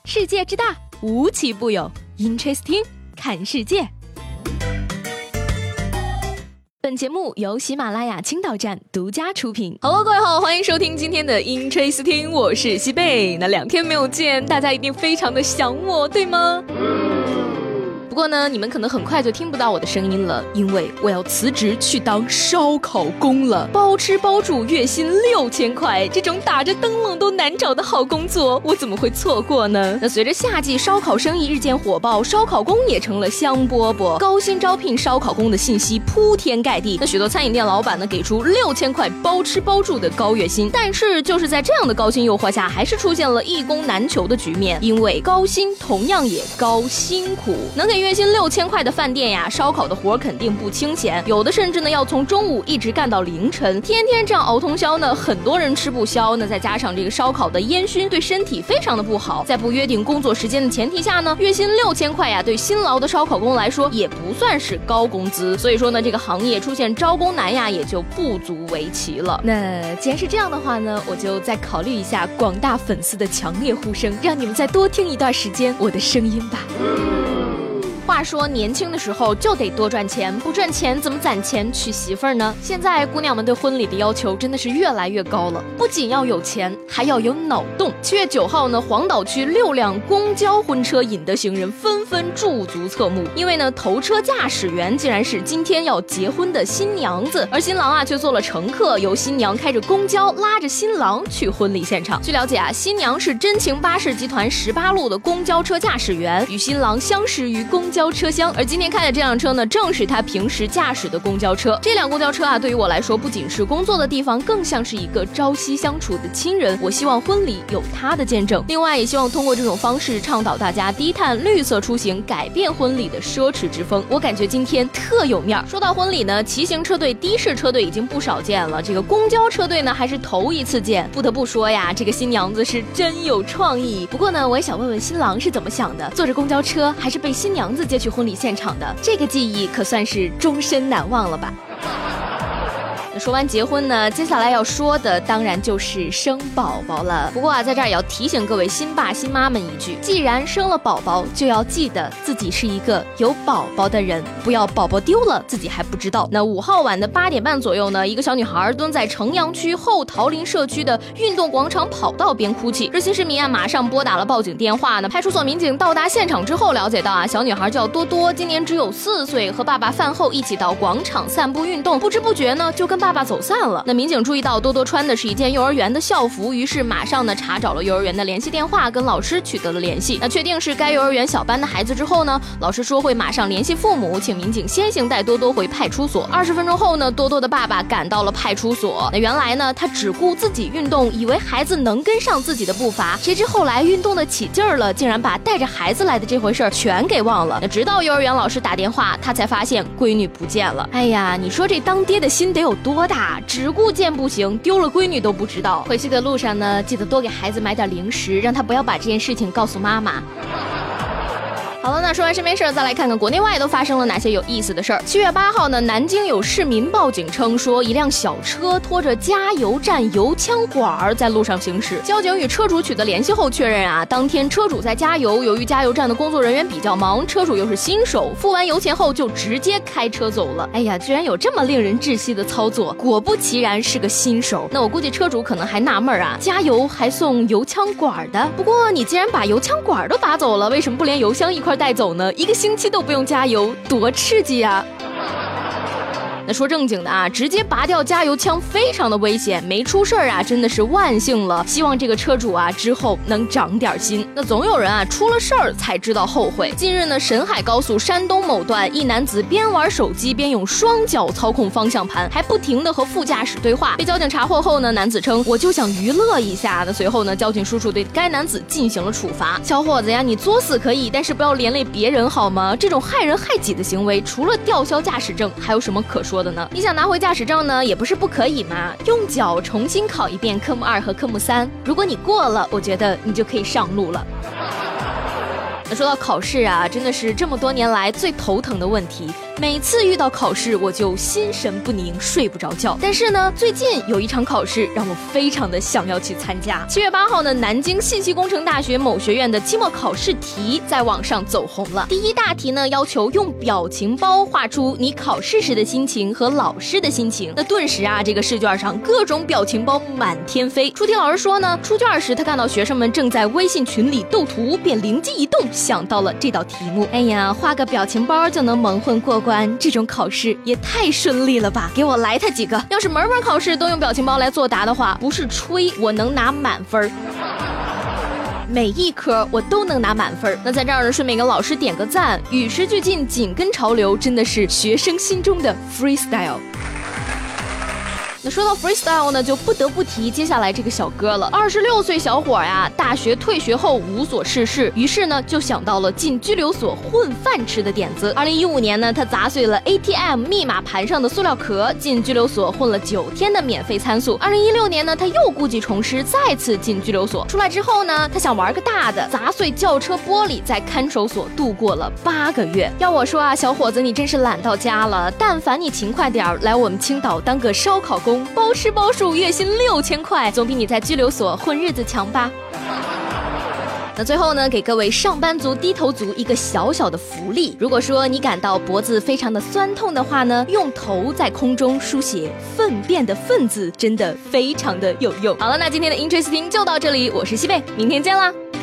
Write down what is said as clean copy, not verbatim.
世界之大，无奇不有。Interesting， 看世界。本节目由喜马拉雅青岛站独家出品。Hello， 各位好，欢迎收听今天的 Interesting， 我是西贝。那2天没有见，大家一定非常的想我，对吗？不过呢，你们可能很快就听不到我的声音了，因为我要辞职去当烧烤工了，包吃包住，月薪6000块，这种打着灯笼都难找的好工作，我怎么会错过呢？那随着夏季烧烤生意日渐火爆，烧烤工也成了香饽饽，高薪招聘烧烤工的信息铺天盖地。那许多餐饮店老板呢，给出6000块包吃包住的高月薪，但是就是在这样的高薪诱惑下，还是出现了一工难求的局面，因为高薪同样也高辛苦，能给月薪6000块的饭店呀，烧烤的活肯定不清闲，有的甚至呢要从中午一直干到凌晨，天天这样熬通宵呢，很多人吃不消。那再加上这个烧烤的烟熏对身体非常的不好，在不约定工作时间的前提下呢，月薪6000块呀，对辛劳的烧烤工来说也不算是高工资，所以说呢，这个行业出现招工难呀，也就不足为奇了。那既然是这样的话呢，我就再考虑一下广大粉丝的强烈呼声，让你们再多听一段时间我的声音吧。话说年轻的时候就得多赚钱，不赚钱怎么攒钱娶媳妇儿呢？现在姑娘们对婚礼的要求真的是越来越高了，不仅要有钱，还要有脑洞。7月9号呢，黄岛区6辆公交婚车引得行人纷纷驻足侧目，因为呢，头车驾驶员竟然是今天要结婚的新娘子，而新郎啊却做了乘客，由新娘开着公交拉着新郎去婚礼现场。据了解啊，新娘是真情巴士集团18路的公交车驾驶员，与新郎相识于公交车厢，而今天开的这辆车呢，正是他平时驾驶的公交车。这辆公交车啊，对于我来说，不仅是工作的地方，更像是一个朝夕相处的亲人。我希望婚礼有他的见证，另外也希望通过这种方式倡导大家低碳绿色出行，改变婚礼的奢侈之风。我感觉今天特有面。说到婚礼呢，骑行车队、的士车队已经不少见了，这个公交车队呢还是头一次见。不得不说呀，这个新娘子是真有创意。不过呢，我也想问问新郎是怎么想的，坐着公交车还是被新娘子接去婚礼现场的，这个记忆可算是终身难忘了吧。说完结婚呢，接下来要说的当然就是生宝宝了。不过啊，在这儿也要提醒各位新爸新妈们一句，既然生了宝宝，就要记得自己是一个有宝宝的人，不要宝宝丢了自己还不知道。那5号晚的8点半左右呢，一个小女孩蹲在城阳区后桃林社区的运动广场跑道边哭泣，热心市民啊马上拨打了报警电话呢。派出所民警到达现场之后了解到啊，小女孩叫多多，今年只有4岁，和爸爸饭后一起到广场散步运动，不知不觉呢就跟爸爸走散了。那民警注意到多多穿的是一件幼儿园的校服，于是马上呢查找了幼儿园的联系电话，跟老师取得了联系。那确定是该幼儿园小班的孩子之后呢，老师说会马上联系父母，请民警先行带多多回派出所。20分钟后呢，多多的爸爸赶到了派出所。那原来呢，他只顾自己运动，以为孩子能跟上自己的步伐，谁知后来运动的起劲儿了，竟然把带着孩子来的这回事儿全给忘了。那直到幼儿园老师打电话，他才发现闺女不见了。哎呀，你说这当爹的心得有多大？只顾见不行，丢了闺女都不知道。回去的路上呢，记得多给孩子买点零食，让他不要把这件事情告诉妈妈。好了，那说完身边事儿，再来看看国内外都发生了哪些有意思的事儿。7月8号呢，南京有市民报警称说，一辆小车拖着加油站油枪管在路上行驶。交警与车主取得联系后确认啊，当天车主在加油，由于加油站的工作人员比较忙，车主又是新手，付完油钱后就直接开车走了。哎呀，居然有这么令人窒息的操作，果不其然是个新手。那我估计车主可能还纳闷啊，加油还送油枪管的？不过你既然把油枪管都拔走了，为什么不连油箱一块带走呢？1个星期都不用加油，多刺激啊！那说正经的啊，直接拔掉加油枪非常的危险，没出事儿啊，真的是万幸了。希望这个车主啊之后能长点心。那总有人啊出了事儿才知道后悔。近日呢，沈海高速山东某段，一男子边玩手机边用双脚操控方向盘，还不停的和副驾驶对话。被交警查获后呢，男子称我就想娱乐一下。那随后呢，交警叔叔对该男子进行了处罚。小伙子呀，你作死可以，但是不要连累别人好吗？这种害人害己的行为，除了吊销驾驶证，还有什么可说的呢？你想拿回驾驶证呢，也不是不可以嘛，用脚重新考一遍科目2和科目3，如果你过了，我觉得你就可以上路了。那说到考试啊，真的是这么多年来最头疼的问题， 每次遇到考试我就心神不宁，睡不着觉。但是呢，最近有一场考试让我非常的想要去参加。7月8号呢，南京信息工程大学某学院的期末考试题在网上走红了。第一大题呢，要求用表情包画出你考试时的心情和老师的心情。那顿时啊，这个试卷上各种表情包满天飞。出题老师说呢，出卷时他看到学生们正在微信群里斗图，便灵机一动想到了这道题目。哎呀，画个表情包就能蒙混过关，这种考试也太顺利了吧！给我来它几个！要是门门考试都用表情包来作答的话，不是吹，我能拿满分。每一科我都能拿满分。那在这儿呢，顺便给老师点个赞，与时俱进，紧跟潮流，真的是学生心中的 freestyle。那说到 freestyle 呢，就不得不提接下来这个小哥了。26岁小伙呀，大学退学后无所事事，于是呢就想到了进拘留所混饭吃的点子。2015年呢，他砸碎了 ATM 密码盘上的塑料壳，进拘留所混了9天的免费餐宿。2016年呢，他又故技重施，再次进拘留所。出来之后呢，他想玩个大的，砸碎轿车玻璃，在看守所度过了8个月。要我说啊，小伙子你真是懒到家了，但凡你勤快点来我们青岛当个烧烤工，包吃包住，月薪6000块，总比你在拘留所混日子强吧。那最后呢，给各位上班族低头族一个小小的福利，如果说你感到脖子非常的酸痛的话呢，用头在空中书写粪便的粪字，真的非常的有用。好了，那今天的 Interesting 就到这里，我是西贝，明天见啦。